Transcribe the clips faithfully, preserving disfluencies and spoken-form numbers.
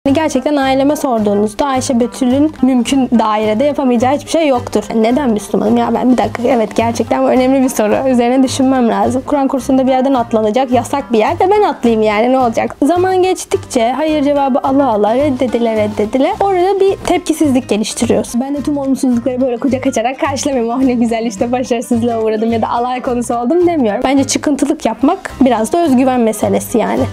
Gerçekten aileme sorduğunuzda Ayşe Betül'ün mümkün dairede yapamayacağı hiçbir şey yoktur. Neden Müslümanım? Ya ben bir dakika, evet gerçekten bu önemli bir soru. Üzerine düşünmem lazım. Kur'an kursunda bir yerden atlanacak, yasak bir yer ve ben atlayayım yani, ne olacak? Zaman geçtikçe hayır cevabı ala ala reddedile reddedile orada bir tepkisizlik geliştiriyoruz. Ben de tüm olumsuzlukları böyle kucak açarak karşılamıyorum. Oh ne güzel işte başarısızlığa uğradım ya da alay konusu oldum demiyorum. Bence çıkıntılık yapmak biraz da özgüven meselesi yani.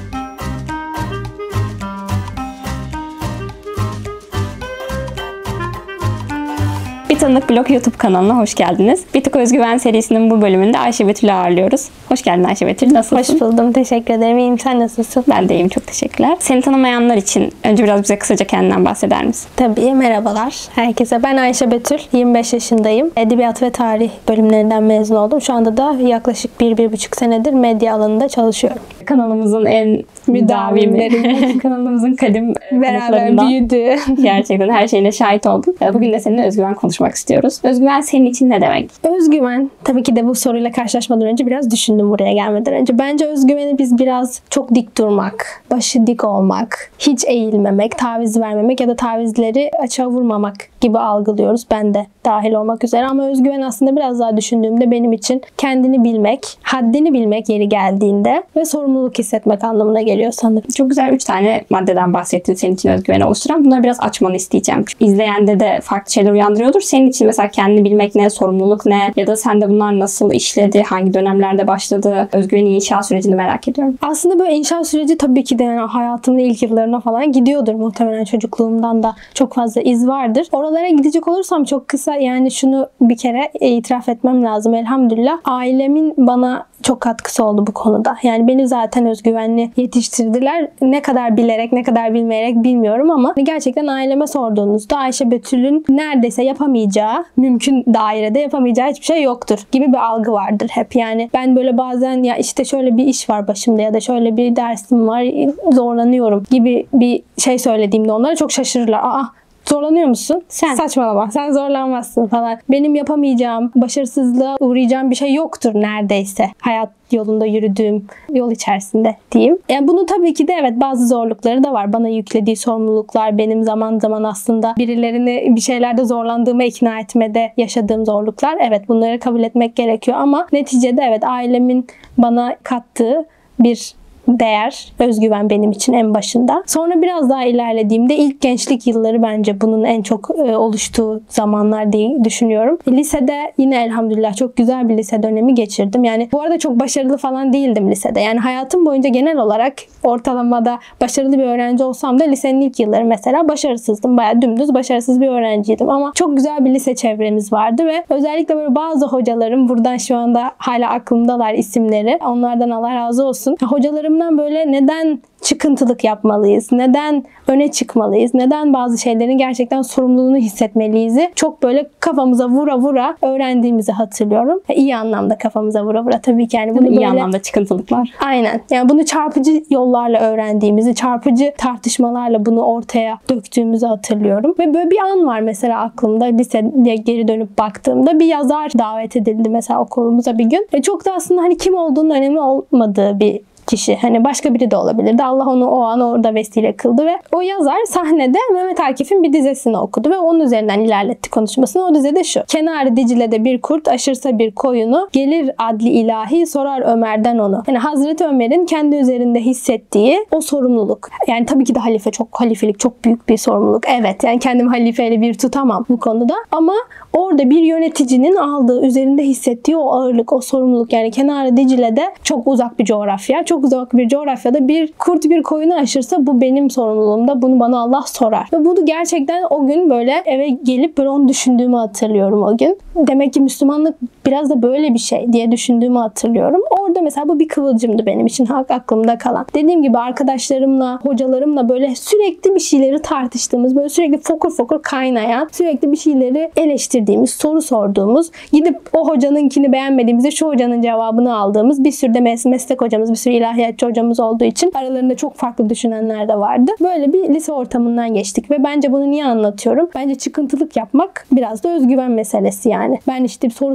Bir Tanık Blog YouTube kanalına hoş geldiniz. Bir Tık Özgüven serisinin bu bölümünde Ayşe Betül'ü ağırlıyoruz. Hoş geldin Ayşe Betül. Nasılsın? Hoş buldum. Teşekkür ederim. İyiyim. Sen nasılsın? Ben de iyiyim. Çok teşekkürler. Seni tanımayanlar için önce biraz bize kısaca kendinden bahseder misin? Tabii. Merhabalar herkese. Ben Ayşe Betül. yirmi beş yaşındayım. Edebiyat ve tarih bölümlerinden mezun oldum. Şu anda da yaklaşık bir bir buçuk senedir medya alanında çalışıyorum. Kanalımızın en müdavimleri, kanalımızın kadim beraber büyüdü. Gerçekten her şeyine şahit oldum. Bugün de seninle özgüven konuşmak istiyoruz. Özgüven senin için ne demek? Özgüven, tabii ki de bu soruyla karşılaşmadan önce biraz düşündüm buraya gelmeden önce. Bence özgüveni biz biraz çok dik durmak, başı dik olmak, hiç eğilmemek, taviz vermemek ya da tavizleri açığa vurmamak gibi algılıyoruz. Ben de dahil olmak üzere, ama özgüven aslında biraz daha düşündüğümde benim için kendini bilmek, haddini bilmek yeri geldiğinde ve sorumluluk hissetmek anlamına geliyor sanırım. Çok güzel üç tane maddeden bahsettin senin için özgüveni oluşturan. Bunları biraz açmanı isteyeceğim. İzleyende de farklı şeyler uyandırıyordur. Senin için mesela kendini bilmek ne, sorumluluk ne ya da sende bunlar nasıl işledi, hangi dönemlerde başladı, özgüvenin inşa sürecini merak ediyorum. Aslında böyle inşa süreci tabii ki de yani hayatımın ilk yıllarına falan gidiyordur. Muhtemelen çocukluğumdan da çok fazla iz vardır. Oralara gidecek olursam çok kısa, yani şunu bir kere itiraf etmem lazım. Elhamdülillah ailemin bana çok katkısı oldu bu konuda. Yani beni zaten özgüvenli yetiştirdiler. Ne kadar bilerek, ne kadar bilmeyerek bilmiyorum, ama gerçekten aileme sorduğunuzda Ayşe Betül'ün neredeyse yapamayacağı, mümkün dairede yapamayacağı hiçbir şey yoktur gibi bir algı vardır hep. Yani ben böyle bazen ya işte şöyle bir iş var başımda ya da şöyle bir dersim var, zorlanıyorum gibi bir şey söylediğimde onlara çok şaşırırlar. Aa, zorlanıyor musun? Sen saçmalama. Sen zorlanmazsın falan. Benim yapamayacağım, başarısızlığa uğrayacağım bir şey yoktur neredeyse. Hayat yolunda yürüdüğüm yol içerisinde diyeyim. Yani bunun tabii ki de evet bazı zorlukları da var. Bana yüklediği sorumluluklar, benim zaman zaman aslında birilerini bir şeylerde zorlandığıma ikna etmede yaşadığım zorluklar. Evet, bunları kabul etmek gerekiyor, ama neticede evet ailemin bana kattığı bir değer, özgüven benim için en başında. Sonra biraz daha ilerlediğimde ilk gençlik yılları bence bunun en çok e, oluştuğu zamanlar diye düşünüyorum. Lisede yine elhamdülillah çok güzel bir lise dönemi geçirdim. Yani bu arada çok başarılı falan değildim lisede. Yani hayatım boyunca genel olarak ortalamada başarılı bir öğrenci olsam da lisenin ilk yılları mesela başarısızdım. Bayağı dümdüz başarısız bir öğrenciydim, ama çok güzel bir lise çevremiz vardı ve özellikle böyle bazı hocalarım, buradan şu anda hala aklımdalar isimleri. Onlardan Allah razı olsun. Hocalarım böyle neden çıkıntılık yapmalıyız, neden öne çıkmalıyız, neden bazı şeylerin gerçekten sorumluluğunu hissetmeliyiz çok böyle kafamıza vura vura öğrendiğimizi hatırlıyorum. İyi anlamda kafamıza vura vura tabii ki, yani bunu iyi böyle anlamda çıkıntılıklar. Aynen. Yani bunu çarpıcı yollarla öğrendiğimizi, çarpıcı tartışmalarla bunu ortaya döktüğümüzü hatırlıyorum. Ve böyle bir an var mesela aklımda, liseye geri dönüp baktığımda bir yazar davet edildi mesela okulumuza bir gün. E çok da aslında hani kim olduğunun önemli olmadığı bir kişi. Hani başka biri de olabilirdi. Allah onu o an orada vesile kıldı ve o yazar sahnede Mehmet Akif'in bir dizesini okudu ve onun üzerinden ilerletti konuşmasını. O dizede şu: Kenarı Dicle'de bir kurt aşırsa bir koyunu, gelir adli ilahi sorar Ömer'den onu. Yani Hazreti Ömer'in kendi üzerinde hissettiği o sorumluluk. Yani tabii ki de halife çok, halifelik çok büyük bir sorumluluk. Evet, yani kendimi halifeyle bir tutamam bu konuda, ama orada bir yöneticinin aldığı, üzerinde hissettiği o ağırlık, o sorumluluk, yani Kenarı Dicle'de çok uzak bir coğrafya, çok uzak bir coğrafyada bir kurt bir koyunu aşırsa bu benim sorumluluğumda, bunu bana Allah sorar. Ve bunu gerçekten o gün böyle eve gelip böyle onu düşündüğümü hatırlıyorum o gün. Demek ki Müslümanlık biraz da böyle bir şey diye düşündüğümü hatırlıyorum. Orada mesela bu bir kıvılcımdı benim için, hak aklımda kalan. Dediğim gibi arkadaşlarımla, hocalarımla böyle sürekli bir şeyleri tartıştığımız, böyle sürekli fokur fokur kaynayan, sürekli bir şeyleri eleştirdiğimiz, soru sorduğumuz, gidip o hocanınkini beğenmediğimizde şu hocanın cevabını aldığımız, bir sürü de mes- meslek hocamız, bir sürü ilahiyatçı hocamız olduğu için aralarında çok farklı düşünenler de vardı. Böyle bir lise ortamından geçtik ve bence bunu niye anlatıyorum? Bence çıkıntılık yapmak biraz da özgüven meselesi yani. Ben işte bir soru sormam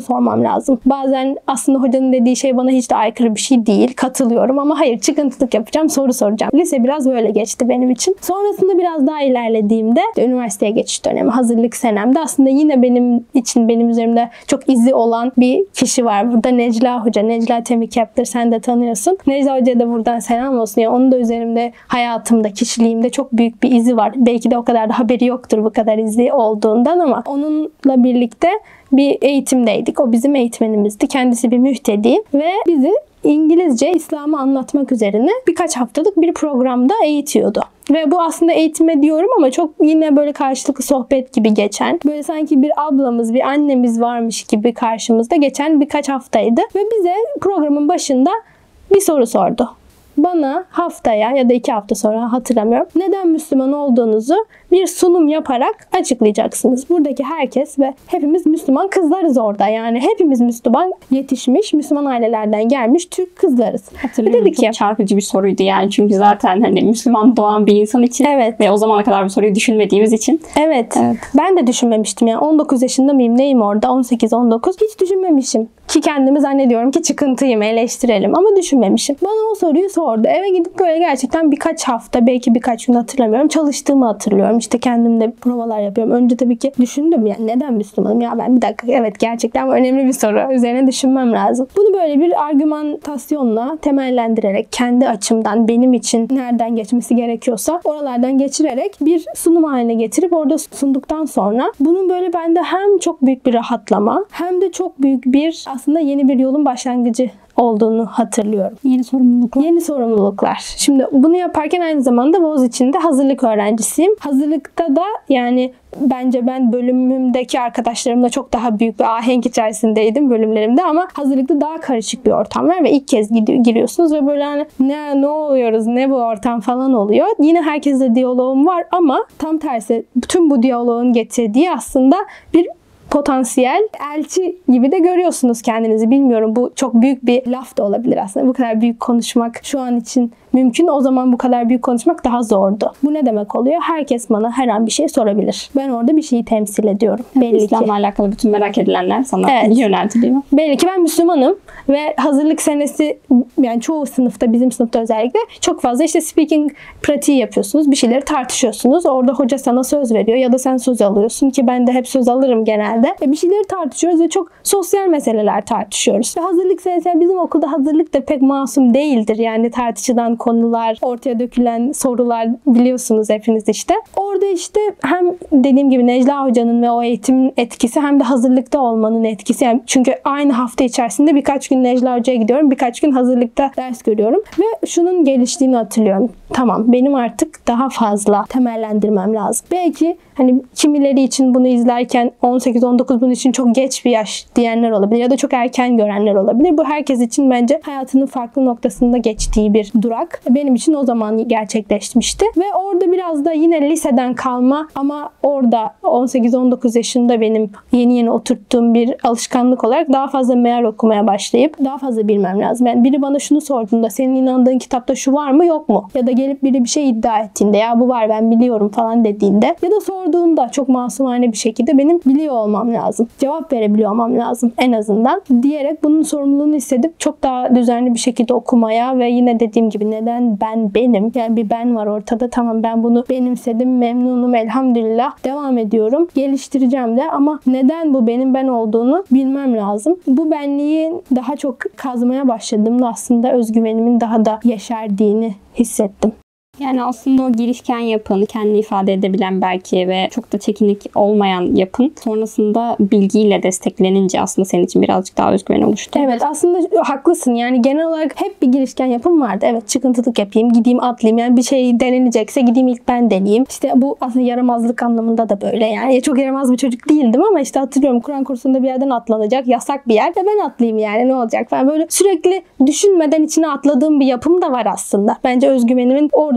etmem lazım. Bazen aslında hocanın dediği şey bana hiç de aykırı bir şey değil. Katılıyorum ama hayır, çıkıntılık yapacağım, soru soracağım. Lise biraz böyle geçti benim için. Sonrasında biraz daha ilerlediğimde üniversiteye geçiş dönemi, hazırlık senemde aslında yine benim için, benim üzerimde çok izi olan bir kişi var. Burada Necla Hoca, Necla Temikaptır, sen de tanıyorsun. Necla Hoca'ya da buradan selam olsun. Yani onun da üzerimde, hayatımda, kişiliğimde çok büyük bir izi var. Belki de o kadar da haberi yoktur bu kadar izi olduğundan ama onunla birlikte bir eğitimdeydik. O bizim eğitmenimizdi. Kendisi bir mühtedi ve bizi İngilizce, İslam'ı anlatmak üzerine birkaç haftalık bir programda eğitiyordu. Ve bu aslında eğitime diyorum ama çok yine böyle karşılıklı sohbet gibi geçen, böyle sanki bir ablamız, bir annemiz varmış gibi karşımızda geçen birkaç haftaydı. Ve bize programın başında bir soru sordu. Bana haftaya ya da iki hafta sonra, hatırlamıyorum, neden Müslüman olduğunuzu bir sunum yaparak açıklayacaksınız. Buradaki herkes ve hepimiz Müslüman kızlarız orada. Yani hepimiz Müslüman yetişmiş, Müslüman ailelerden gelmiş Türk kızlarız. Hatırlıyorum, dedik çok ki, çarpıcı bir soruydu yani. Çünkü zaten hani Müslüman doğan bir insan için evet. Ve o zamana kadar bu soruyu düşünmediğimiz için. Evet. Evet. Ben de düşünmemiştim. Yani on dokuz yaşında mıyım, neyim orada? on sekiz on dokuz. Hiç düşünmemişim. Ki kendimi zannediyorum ki çıkıntıyım, eleştirelim ama düşünmemişim. Bana o soruyu sordu. Eve gidip böyle gerçekten birkaç hafta, belki birkaç gün hatırlamıyorum, çalıştığımı hatırlıyorum. İşte kendimde provalar yapıyorum. Önce tabii ki düşündüm, yani neden Müslümanım? Ya ben bir dakika, evet gerçekten bu önemli bir soru. Üzerine düşünmem lazım. Bunu böyle bir argümantasyonla temellendirerek, kendi açımdan benim için nereden geçmesi gerekiyorsa oralardan geçirerek bir sunum haline getirip orada sunduktan sonra bunun böyle bende hem çok büyük bir rahatlama hem de çok büyük bir, aslında yeni bir yolun başlangıcı olduğunu hatırlıyorum. Yeni sorumluluklar. Yeni sorumluluklar. Şimdi bunu yaparken aynı zamanda Boğaziçi'nde hazırlık öğrencisiyim. Hazırlıkta da yani bence ben bölümümdeki arkadaşlarımla çok daha büyük bir ahenk içerisindeydim bölümlerimde ama hazırlıkta daha karışık bir ortam var ve ilk kez giriyorsunuz ve böyle hani ne ne oluyoruz, ne bu ortam falan oluyor. Yine herkesle diyaloğum var ama tam tersi, bütün bu diyaloğun getirdiği aslında bir potansiyel elçi gibi de görüyorsunuz kendinizi. Bilmiyorum, bu çok büyük bir laf da olabilir aslında. Bu kadar büyük konuşmak şu an için mümkün. O zaman bu kadar büyük konuşmak daha zordu. Bu ne demek oluyor? Herkes bana her an bir şey sorabilir. Ben orada bir şeyi temsil ediyorum. Belli ki. İslam'la alakalı bütün merak edilenler sana Evet. yöneltiliyor. Belli ki ben Müslümanım ve hazırlık senesi, yani çoğu sınıfta, bizim sınıfta özellikle çok fazla işte speaking pratiği yapıyorsunuz. Bir şeyleri tartışıyorsunuz. Orada hoca sana söz veriyor ya da sen söz alıyorsun ki ben de hep söz alırım genelde. E bir şeyleri tartışıyoruz ve çok sosyal meseleler tartışıyoruz. Ve hazırlık senesi, yani bizim okulda hazırlık da pek masum değildir. Yani tartışılan konular, ortaya dökülen sorular, biliyorsunuz hepiniz işte. Orada işte hem dediğim gibi Necla Hoca'nın ve o eğitimin etkisi hem de hazırlıkta olmanın etkisi. Yani çünkü aynı hafta içerisinde birkaç gün Necla Hoca'ya gidiyorum, birkaç gün hazırlıkta ders görüyorum ve şunun geliştiğini hatırlıyorum. Tamam, benim artık daha fazla temellendirmem lazım. Belki hani kimileri için bunu izlerken on sekiz on dokuz bunun için çok geç bir yaş diyenler olabilir ya da çok erken görenler olabilir. Bu herkes için bence hayatının farklı noktasında geçtiği bir durak. Benim için o zaman gerçekleşmişti. Ve orada biraz da yine liseden kalma ama orada on sekiz on dokuz yaşında benim yeni yeni oturttuğum bir alışkanlık olarak daha fazla meal okumaya başlayıp daha fazla bilmem lazım. Yani biri bana şunu sorduğunda, senin inandığın kitapta şu var mı yok mu? Ya da gelip biri bir şey iddia ettiğinde, ya bu var ben biliyorum falan dediğinde ya da sorduğunda çok masumane bir şekilde benim biliyor olmam lazım. Cevap verebiliyor olmam lazım en azından diyerek bunun sorumluluğunu hissedip çok daha düzenli bir şekilde okumaya ve yine dediğim gibi neden ben benim, yani bir ben var ortada, tamam ben bunu benimsedim, memnunum, elhamdülillah devam ediyorum, geliştireceğim de ama neden bu benim ben olduğunu bilmem lazım. Bu benliği daha çok kazmaya başladığımda aslında özgüvenimin daha da yeşerdiğini hissettim. Yani aslında o girişken yapın, kendini ifade edebilen belki ve çok da çekinik olmayan yapın sonrasında bilgiyle desteklenince aslında senin için birazcık daha özgüven oluştu. Evet, aslında haklısın. Yani genel olarak hep bir girişken yapım vardı. Evet, çıkıntılık yapayım, gideyim atlayayım. Yani bir şey denenecekse gideyim ilk ben deneyeyim. İşte bu aslında yaramazlık anlamında da böyle. Yani çok yaramaz bir çocuk değildim ama işte hatırlıyorum Kur'an kursunda bir yerden atlanacak. Yasak bir yer. Ve ben atlayayım yani ne olacak falan. Böyle sürekli düşünmeden içine atladığım bir yapım da var aslında. Bence özgüvenimin oradan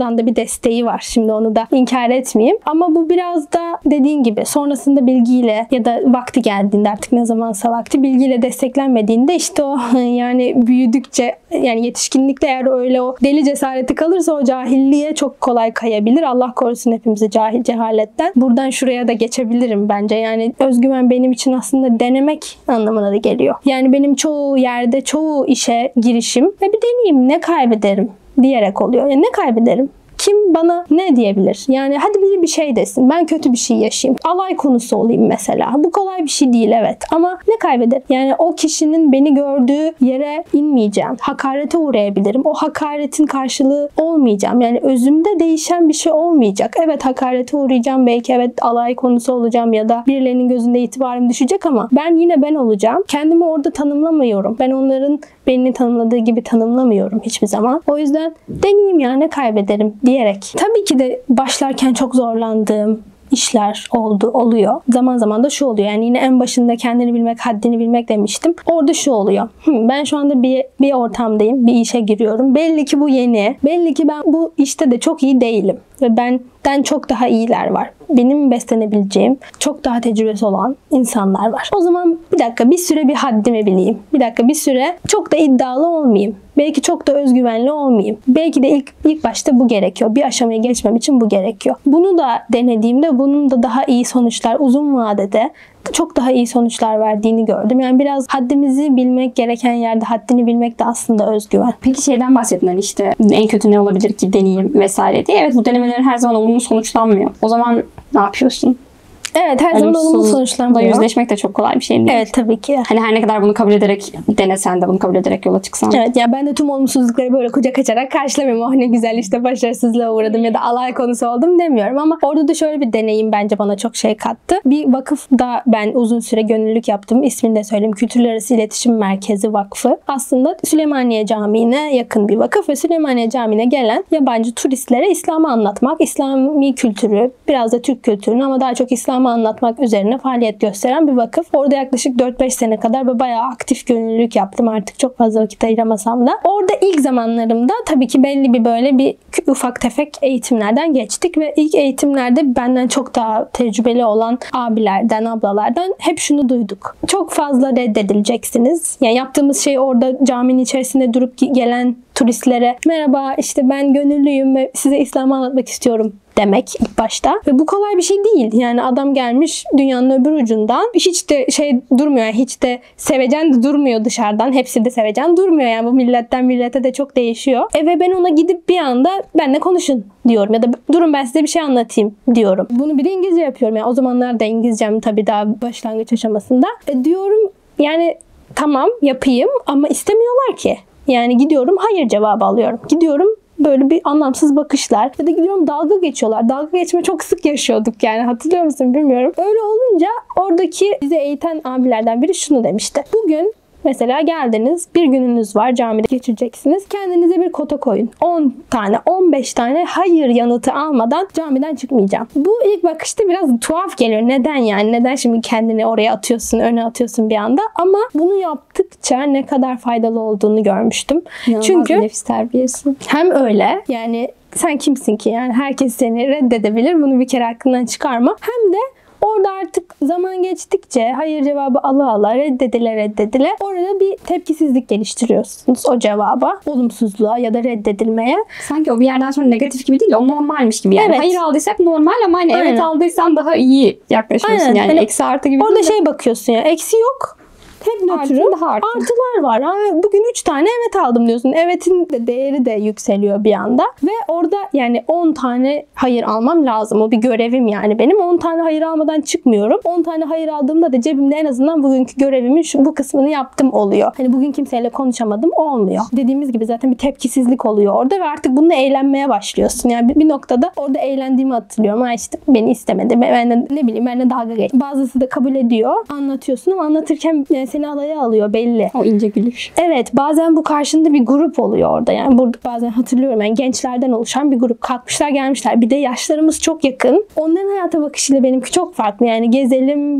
açıdan da bir desteği var. Şimdi onu da inkar etmeyeyim. Ama bu biraz da dediğin gibi sonrasında bilgiyle ya da vakti geldiğinde artık ne zamansa vakti bilgiyle desteklenmediğinde işte o yani büyüdükçe yani yetişkinlikte eğer öyle o deli cesareti kalırsa o cahilliğe çok kolay kayabilir. Allah korusun hepimizi cahil cehaletten. Buradan şuraya da geçebilirim bence. Yani özgüven benim için aslında denemek anlamına da geliyor. Yani benim çoğu yerde çoğu işe girişim ve bir deneyeyim ne kaybederim diyerek oluyor. Yani ne kaybederim? Kim bana ne diyebilir? Yani hadi biri bir şey desin. Ben kötü bir şey yaşayayım. Alay konusu olayım mesela. Bu kolay bir şey değil evet. Ama ne kaybederim? Yani o kişinin beni gördüğü yere inmeyeceğim. Hakarete uğrayabilirim. O hakaretin karşılığı olmayacağım. Yani özümde değişen bir şey olmayacak. Evet hakarete uğrayacağım. Belki evet alay konusu olacağım ya da birilerinin gözünde itibarım düşecek ama ben yine ben olacağım. Kendimi orada tanımlamıyorum. Ben onların beni tanımladığı gibi tanımlamıyorum hiçbir zaman. O yüzden deneyeyim ya ne kaybederim diyerek. Tabii ki de başlarken çok zorlandığım işler oldu, oluyor. Zaman zaman da şu oluyor. Yani yine en başında kendini bilmek, haddini bilmek demiştim. Orada şu oluyor. Hmm, ben şu anda bir, bir ortamdayım. Bir işe giriyorum. Belli ki bu yeni. Belli ki ben bu işte de çok iyi değilim. Ve benden çok daha iyiler var. Benim beslenebileceğim, çok daha tecrübesi olan insanlar var. O zaman bir dakika bir süre bir haddimi bileyim. Bir dakika bir süre çok da iddialı olmayayım. Belki çok da özgüvenli olmayayım. Belki de ilk ilk başta bu gerekiyor. Bir aşamaya geçmem için bu gerekiyor. Bunu da denediğimde bunun da daha iyi sonuçlar uzun vadede çok daha iyi sonuçlar verdiğini gördüm. Yani biraz haddimizi bilmek gereken yerde haddini bilmek de aslında özgüven. Peki şeyden bahsettin hani işte en kötü ne olabilir ki deneyim vesaire diye. Evet bu denemelerin her zaman olumlu sonuçlanmıyor. O zaman ne yapıyorsun? Evet her zaman olumlu sonuçlanmıyor. Yüzleşmek de çok kolay bir şey değil. Evet tabii ki. Hani her ne kadar bunu kabul ederek denesen de bunu kabul ederek yola çıksan. Evet ya ben de tüm olumsuzlukları böyle kucak açarak karşılamıyorum. Oh ne güzel işte başarısızlığa uğradım ya da alay konusu oldum demiyorum ama orada da şöyle bir deneyim bence bana çok şey kattı. Bir vakıfda ben uzun süre gönüllülük yaptım. İsmini de söyleyeyim. Kültürler Arası İletişim Merkezi Vakfı. Aslında Süleymaniye Camii'ne yakın bir vakıf ve Süleymaniye Camii'ne gelen yabancı turistlere İslam'ı anlatmak, İslami kültürü, biraz da Türk kültürünü ama daha çok İslam'ı anlatmak üzerine faaliyet gösteren bir vakıf. Orada yaklaşık dört beş sene kadar ve bayağı aktif gönüllülük yaptım. Artık çok fazla vakit ayıramasam da. Orada ilk zamanlarımda tabii ki belli bir böyle bir ufak tefek eğitimlerden geçtik ve ilk eğitimlerde benden çok daha tecrübeli olan abilerden, ablalardan hep şunu duyduk. Çok fazla reddedileceksiniz. Yani yaptığımız şey orada caminin içerisinde durup gelen turistlere merhaba işte ben gönüllüyüm ve size İslam'ı anlatmak istiyorum demek ilk başta. Ve bu kolay bir şey değil. Yani adam gelmiş dünyanın öbür ucundan. Hiç de şey durmuyor. Yani hiç de sevecen de durmuyor dışarıdan. Hepsi de sevecen durmuyor. Yani bu milletten millete de çok değişiyor. E ve ben ona gidip bir anda benimle konuşun diyorum. Ya da durun ben size bir şey anlatayım diyorum. Bunu bir de İngilizce yapıyorum. Yani o zamanlar da İngilizcem tabii daha başlangıç aşamasında. E diyorum yani tamam yapayım ama istemiyorlar ki. Yani gidiyorum hayır cevabı alıyorum. Gidiyorum böyle bir anlamsız bakışlar ya da gidiyorum dalga geçiyorlar. Dalga geçme çok sık yaşıyorduk yani hatırlıyor musun bilmiyorum. Öyle olunca oradaki bize eğiten abilerden biri şunu demişti. Bugün mesela geldiniz, bir gününüz var, camide geçireceksiniz. Kendinize bir kota koyun. on tane, on beş tane hayır yanıtı almadan camiden çıkmayacağım. Bu ilk bakışta biraz tuhaf geliyor. Neden yani? Neden şimdi kendini oraya atıyorsun, öne atıyorsun bir anda? Ama bunu yaptıkça ne kadar faydalı olduğunu görmüştüm. İnanılmaz Çünkü nefis terbiyesi. hem öyle yani sen kimsin ki? Yani herkes seni reddedebilir. Bunu bir kere aklından çıkarma. Hem de orada artık zaman geçtikçe hayır cevabı ala ala reddedile reddedile orada bir tepkisizlik geliştiriyorsunuz o cevaba, olumsuzluğa ya da reddedilmeye. Sanki o bir yerden sonra negatif gibi değil, o normalmiş gibi. Yani Evet. hayır aldıysak normal ama hani Aynen. evet aldıysan daha iyi yaklaşıyorsun. Aynen. Yani Hani eksi artı gibi orada değil de şey bakıyorsun ya eksi yok. Hep Artı, nötrüm. daha artı. Artılar var. Ha, bugün üç tane evet aldım diyorsun. Evetin de değeri de yükseliyor bir anda. Ve orada yani on tane hayır almam lazım. O bir görevim yani benim. on tane hayır almadan çıkmıyorum. on tane hayır aldığımda da cebimde en azından bugünkü görevimin şu, bu kısmını yaptım oluyor. Hani bugün kimseyle konuşamadım olmuyor. Dediğimiz gibi zaten bir tepkisizlik oluyor orada ve artık bununla eğlenmeye başlıyorsun. Yani bir, bir noktada orada eğlendiğimi hatırlıyorum. Ha işte beni istemedi. Ben de ne bileyim benimle dalga geç. Bazısı da kabul ediyor. Anlatıyorsun ama anlatırken yani seni alaya alıyor belli. o ince gülüş. Evet bazen bu karşında bir grup oluyor orada. Yani burada bazen hatırlıyorum yani gençlerden oluşan bir grup. Kalkmışlar gelmişler. Bir de yaşlarımız çok yakın. Onların hayata bakışıyla benimki çok farklı. Yani gezelim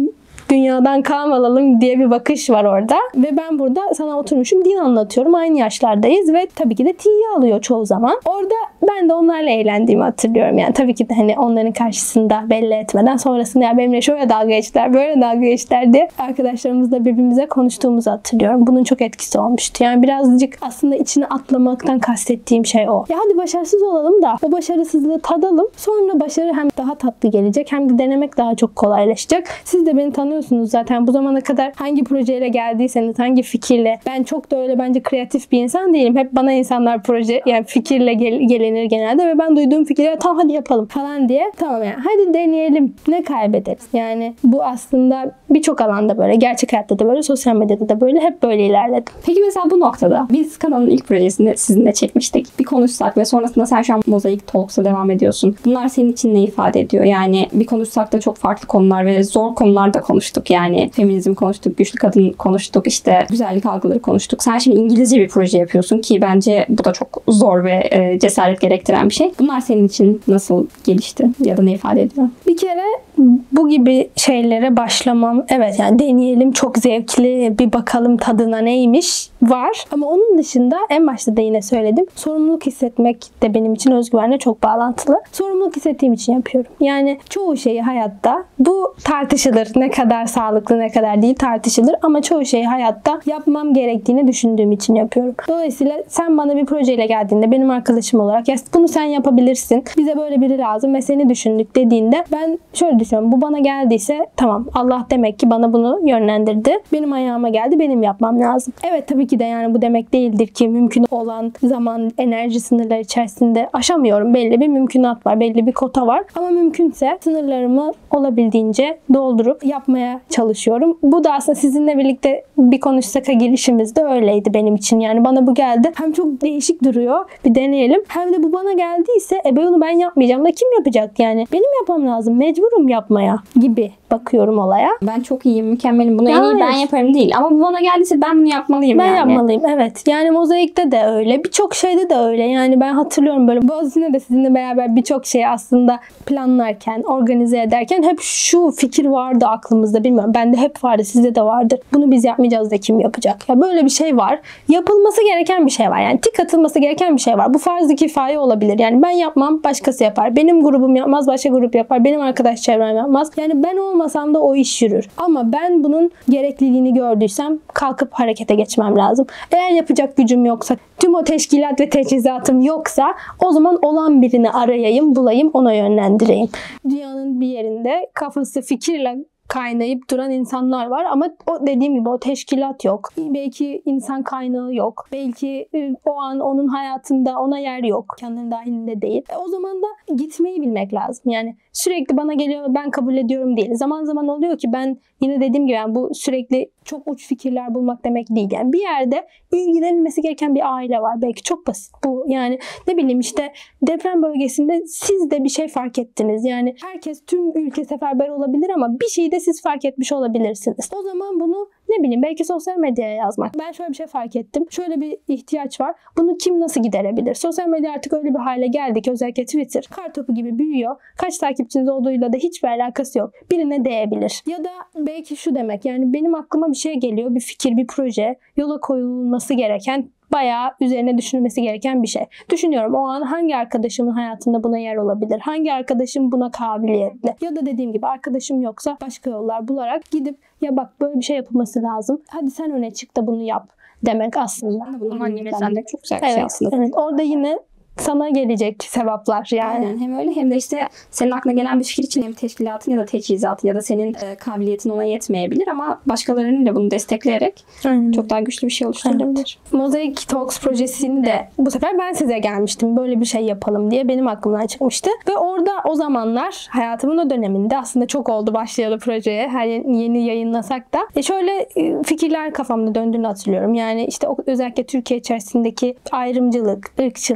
dünyadan kan alalım diye bir bakış var orada. Ve ben burada sana oturmuşum din anlatıyorum. Aynı yaşlardayız ve tabii ki de tiye alıyor çoğu zaman. Orada ben de onlarla eğlendiğimi hatırlıyorum. Yani tabii ki de hani onların karşısında belli etmeden sonrasında ya benimle şöyle dalga geçtiler, böyle dalga geçtiler diye arkadaşlarımızla birbirimize konuştuğumuzu hatırlıyorum. Bunun çok etkisi olmuştu. Yani birazcık aslında içine atlamaktan kastettiğim şey o. Ya hadi başarısız olalım da o başarısızlığı tadalım. Sonra başarı hem daha tatlı gelecek hem de denemek daha çok kolaylaşacak. Siz de beni tanıyorsunuz zaten. Bu zamana kadar hangi projeyle geldiyseniz, hangi fikirle. Ben çok da öyle bence kreatif bir insan değilim. Hep bana insanlar proje yani fikirle gel- gelinir genelde ve ben duyduğum fikirleri tamam hadi yapalım falan diye. Tamam yani hadi deneyelim. Ne kaybederiz? Yani bu aslında birçok alanda böyle. Gerçek hayatta da böyle, sosyal medyada da böyle. Hep böyle ilerledim. Peki mesela bu noktada biz kanalın ilk projesini sizinle çekmiştik. Bir konuşsak ve sonrasında sen şu an Mozaik Talks'a devam ediyorsun. Bunlar senin için ne ifade ediyor? Yani bir konuşsak da çok farklı konular ve zor konular da konuştuk. Yani feminizm konuştuk, güçlü kadın konuştuk, işte güzellik algıları konuştuk. Sen şimdi İngilizce bir proje yapıyorsun ki bence bu da çok zor ve e, cesaret gerektiren bir şey. Bunlar senin için nasıl gelişti ya da ne ifade ediyor? Bir kere bu gibi şeylere başlamam, evet yani deneyelim, çok zevkli, bir bakalım tadına neymiş var. Ama onun dışında en başta da yine söyledim. Sorumluluk hissetmek de benim için özgüvenle çok bağlantılı. Sorumluluk hissettiğim için yapıyorum. Yani çoğu şeyi hayatta, bu tartışılır. Ne kadar sağlıklı ne kadar değil tartışılır. Ama çoğu şeyi hayatta yapmam gerektiğini düşündüğüm için yapıyorum. Dolayısıyla sen bana bir projeyle geldiğinde benim arkadaşım olarak ya bunu sen yapabilirsin, bize böyle biri lazım ve seni düşündük dediğinde ben şöyle düşünüyorum. Bu bana geldiyse tamam, Allah demek ki bana bunu yönlendirdi. Benim ayağıma geldi, benim yapmam lazım. Evet tabii ki de yani bu demek değildir ki mümkün olan zaman, enerji sınırları içerisinde aşamıyorum. Belli bir mümkünat var, belli bir kota var. Ama mümkünse sınırlarımı olabildiğince doldurup yapmaya çalışıyorum. Bu da aslında sizinle birlikte bir konuşsaka girişimiz de öyleydi benim için. Yani bana bu geldi. Hem çok değişik duruyor, bir deneyelim. Hem de bu bana geldiyse e ben onu ben yapmayacağım da kim yapacak yani? Benim yapmam lazım. Mecburum yapmaya gibi bakıyorum olaya. Ben çok iyiyim, mükemmelim. Bunu Ya en iyi ben evet. yaparım değil. Ama bu bana geldiyse ben bunu yapmalıyım Ben yani. yapmalıyım evet. Yani Mozaik'te de öyle. Birçok şeyde de öyle. Yani ben hatırlıyorum böyle Boğaziçi'nde de sizinle beraber birçok şeyi aslında planlarken, organize ederken hep şu fikir vardı aklımızda. Bilmiyorum. Bende hep vardı. Sizde de vardır. Bunu biz yapmayacağız da kim yapacak? Ya böyle bir şey var. Yapılması gereken bir şey var. Yani tik atılması gereken bir şey var. Bu farz-ı kifaye olabilir. Yani ben yapmam, başkası yapar. Benim grubum yapmaz, başka grup yapar. Benim arkadaş çevrem yapmaz. Yani ben olmasam da o iş yürür. Ama ben bunun gerekliliğini gördüysem kalkıp harekete geçmem lazım. Eğer yapacak gücüm yoksa, tüm o teşkilat ve teçhizatım yoksa o zaman olan birini arayayım, bulayım, ona yönlendireyim. Dünyanın bir yerinde kafası fikirle kaynayıp duran insanlar var ama o dediğim gibi o teşkilat yok. Belki insan kaynağı yok. Belki o an onun hayatında ona yer yok. Kendinin dahilinde değil. E o zaman da gitmeyi bilmek lazım. Yani sürekli bana geliyor ben kabul ediyorum değil. Zaman zaman oluyor ki ben yine dediğim gibi yani bu sürekli çok uç fikirler bulmak demek değil. Yani bir yerde ilgilenilmesi gereken bir aile var. Belki çok basit bu. Yani ne bileyim işte deprem bölgesinde siz de bir şey fark ettiniz. Yani herkes tüm ülke seferber olabilir ama bir şeyi de siz fark etmiş olabilirsiniz. O zaman bunu ne bileyim belki sosyal medyaya yazmak. Ben şöyle bir şey fark ettim. Şöyle bir ihtiyaç var. Bunu kim nasıl giderebilir? Sosyal medya artık öyle bir hale geldi ki özellikle Twitter kartopu gibi büyüyor. Kaç takipçiniz olduğuyla da hiçbir alakası yok. Birine değebilir. Ya da belki şu demek yani benim aklıma bir şey geliyor. Bir fikir, bir proje. Yola koyulması gereken bayağı üzerine düşünülmesi gereken bir şey. Düşünüyorum o an hangi arkadaşımın hayatında buna yer olabilir? Hangi arkadaşım buna kabiliyetli? Ya da dediğim gibi arkadaşım yoksa başka yollar bularak gidip ya bak böyle bir şey yapılması lazım. Hadi sen öne çık da bunu yap demek aslında. Bunu annemden de çok güzel bir evet, şey aslında. Evet. Orada yine sana gelecek sevaplar yani. Aynen. Hem öyle hem de işte senin aklına gelen bir fikir için hem teşkilatın ya da teçhizatın ya da senin e, kabiliyetin ona yetmeyebilir ama başkalarının da bunu destekleyerek Aynen. çok daha güçlü bir şey oluşturulabilir. Evet. Mozaik Talks projesini de bu sefer ben size gelmiştim. Böyle bir şey yapalım diye benim aklımdan çıkmıştı. Ve orada o zamanlar hayatımın o döneminde aslında çok oldu başlayalı projeye. Her yeni yayınlasak da. E şöyle fikirler kafamda döndüğünü hatırlıyorum. Yani işte özellikle Türkiye içerisindeki ayrımcılık, ırkçılık, bir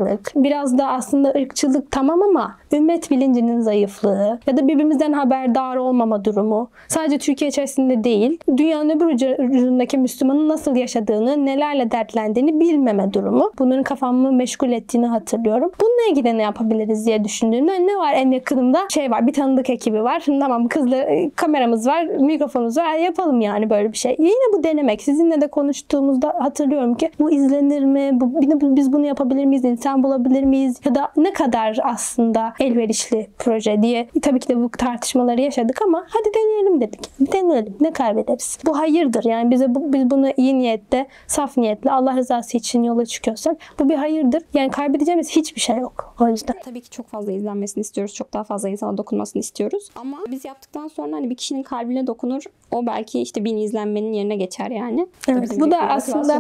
biraz da aslında ırkçılık tamam ama ümmet bilincinin zayıflığı ya da birbirimizden haberdar olmama durumu sadece Türkiye içerisinde değil, dünyanın öbür ucundaki Müslümanın nasıl yaşadığını, nelerle dertlendiğini bilmeme durumu. Bunların kafamı meşgul ettiğini hatırlıyorum. Bununla ilgili ne yapabiliriz diye düşündüğümde ne var en yakınımda? Şey var, bir tanıdık ekibi var. Tamam, kızla kameramız var, mikrofonumuz var. Yapalım yani böyle bir şey. Yine bu denemek. Sizinle de konuştuğumuzda hatırlıyorum ki bu izlenir mi? Bu, biz bunu yapabilir miyiz? İnsan bulabilir miyiz? Ya da ne kadar aslında elverişli proje diye. Tabii ki de bu tartışmaları yaşadık ama hadi deneyelim dedik. Bir deneyelim. Ne kaybederiz? Bu hayırdır. Yani bize bu, biz bunu iyi niyetle, saf niyetle, Allah rızası için yola çıkıyorsak bu bir hayırdır. Yani kaybedeceğimiz hiçbir şey yok. O yüzden. Tabii ki çok fazla izlenmesini istiyoruz. Çok daha fazla insana dokunmasını istiyoruz. Ama biz yaptıktan sonra hani bir kişinin kalbine dokunur. O belki işte bin izlenmenin yerine geçer yani. Evet, bu da aslında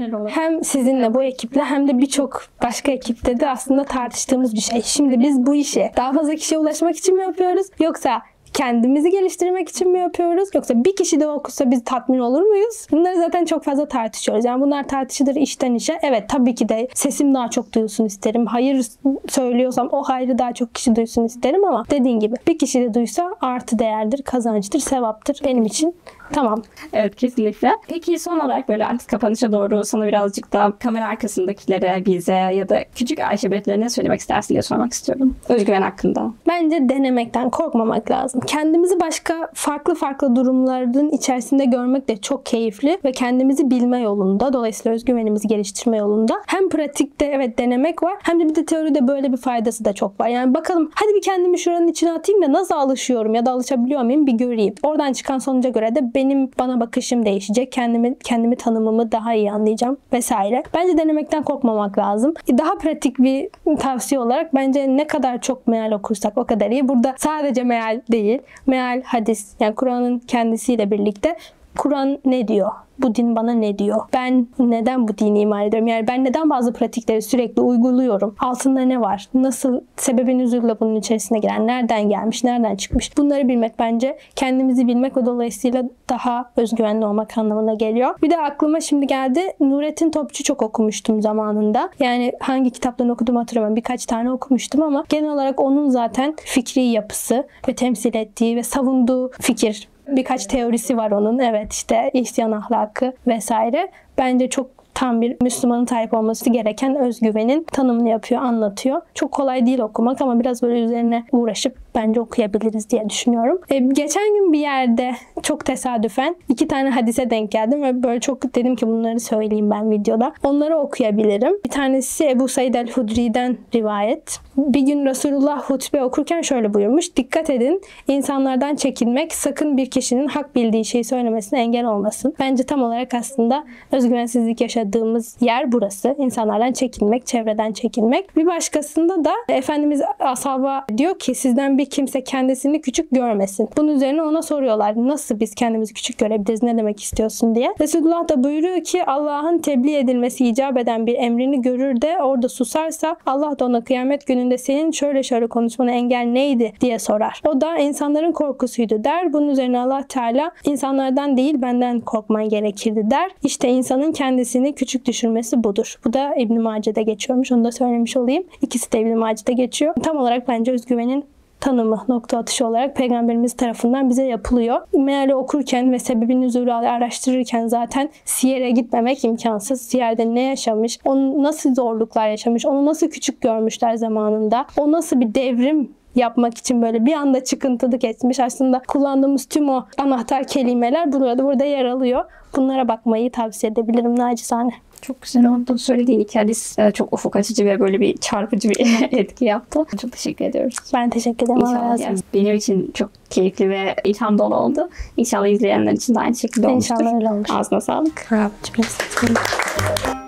hem sizinle, bu ekiple hem de birçok başka ekipte de aslında tartıştığımız bir şey. Şimdi biz bu işi daha fazla kişiye ulaşmak için mi yapıyoruz? Yoksa kendimizi geliştirmek için mi yapıyoruz? Yoksa bir kişi de okusa biz tatmin olur muyuz? Bunları zaten çok fazla tartışıyoruz. Yani bunlar tartışılır işten işe. Evet, tabii ki de sesim daha çok duyulsun isterim. Hayır söylüyorsam o hayrı daha çok kişi duysun isterim ama dediğin gibi bir kişi de duysa artı değerdir, kazançtır, sevaptır benim için. Tamam. Evet, kesinlikle. Peki son olarak böyle artık kapanışa doğru sana birazcık da kamera arkasındakilere, bize ya da küçük Ayşe Betül'e ne söylemek istersin diye sormak istiyorum. Özgüven hakkında. Bence denemekten korkmamak lazım. Kendimizi başka farklı farklı durumların içerisinde görmek de çok keyifli ve kendimizi bilme yolunda, dolayısıyla özgüvenimizi geliştirme yolunda hem pratikte evet denemek var hem de bir de teoride böyle bir faydası da çok var. Yani bakalım hadi bir kendimi şuranın içine atayım da nasıl alışıyorum ya da alışabiliyor muyum bir göreyim. Oradan çıkan sonuca göre de benim bana bakışım değişecek. Kendimi kendimi tanımımı daha iyi anlayacağım vesaire. Bence denemekten korkmamak lazım. Daha pratik bir tavsiye olarak bence ne kadar çok meal okursak o kadar iyi. Burada sadece meal değil. Meal, hadis, yani Kur'an'ın kendisiyle birlikte Kur'an ne diyor? Bu din bana ne diyor? Ben neden bu dini iman ediyorum? Yani ben neden bazı pratikleri sürekli uyguluyorum? Altında ne var? Nasıl sebebin nüzulü bunun içerisine giren? Nereden gelmiş? Nereden çıkmış? Bunları bilmek bence kendimizi bilmek ve dolayısıyla daha özgüvenli olmak anlamına geliyor. Bir de aklıma şimdi geldi. Nurettin Topçu çok okumuştum zamanında. Yani hangi kitaplarını okudum hatırlamıyorum. Birkaç tane okumuştum ama genel olarak onun zaten fikri yapısı ve temsil ettiği ve savunduğu fikir, birkaç teorisi var onun. Evet, işte ihsan ahlakı vesaire. Bence çok tam bir Müslümanın sahip olması gereken özgüvenin tanımını yapıyor, anlatıyor. Çok kolay değil okumak ama biraz böyle üzerine uğraşıp bence okuyabiliriz diye düşünüyorum. E, geçen gün bir yerde çok tesadüfen iki tane hadise denk geldim ve böyle çok dedim ki bunları söyleyeyim ben videoda. Onları okuyabilirim. Bir tanesi Ebu Said el-Hudri'den rivayet. Bir gün Resulullah hutbe okurken şöyle buyurmuş. Dikkat edin, insanlardan çekinmek sakın bir kişinin hak bildiği şeyi söylemesine engel olmasın. Bence tam olarak aslında özgüvensizlik yaşadığımız yer burası. İnsanlardan çekinmek, çevreden çekinmek. Bir başkasında da Efendimiz ashaba diyor ki sizden bir kimse kendisini küçük görmesin. Bunun üzerine ona soruyorlar. Nasıl biz kendimizi küçük görebiliriz? Ne demek istiyorsun diye. Resulullah da buyuruyor ki Allah'ın tebliğ edilmesi icap eden bir emrini görür de orada susarsa Allah da ona kıyamet gününde senin şöyle şöyle konuşmana engel neydi diye sorar. O da insanların korkusuydu der. Bunun üzerine Allah Teala insanlardan değil benden korkman gerekirdi der. İşte insanın kendisini küçük düşürmesi budur. Bu da İbn-i Mace'de geçiyormuş. Onu da söylemiş olayım. İkisi de İbn-i Mace'de geçiyor. Tam olarak bence özgüvenin tanımı, nokta atışı olarak Peygamberimiz tarafından bize yapılıyor. Meali okurken ve sebebin nüzulü araştırırken zaten Siyer'e gitmemek imkansız. Siyer'de ne yaşamış, onu nasıl zorluklar yaşamış, onu nasıl küçük görmüşler zamanında, o nasıl bir devrim yapmak için böyle bir anda çıkıntılık etmiş. Aslında kullandığımız tüm o anahtar kelimeler burada burada yer alıyor. Bunlara bakmayı tavsiye edebilirim nacizane. Çok güzel oldu. Söylediğin iki hadis çok ufuk açıcı ve böyle bir çarpıcı bir etki yaptı. Çok teşekkür ediyoruz. Ben teşekkür ederim. İnşallah yani benim için çok keyifli ve ilham dolu oldu. İnşallah izleyenler için de aynı şekilde olmuştur. İnşallah öyle olur. Ağzına sağlık. Rabbim.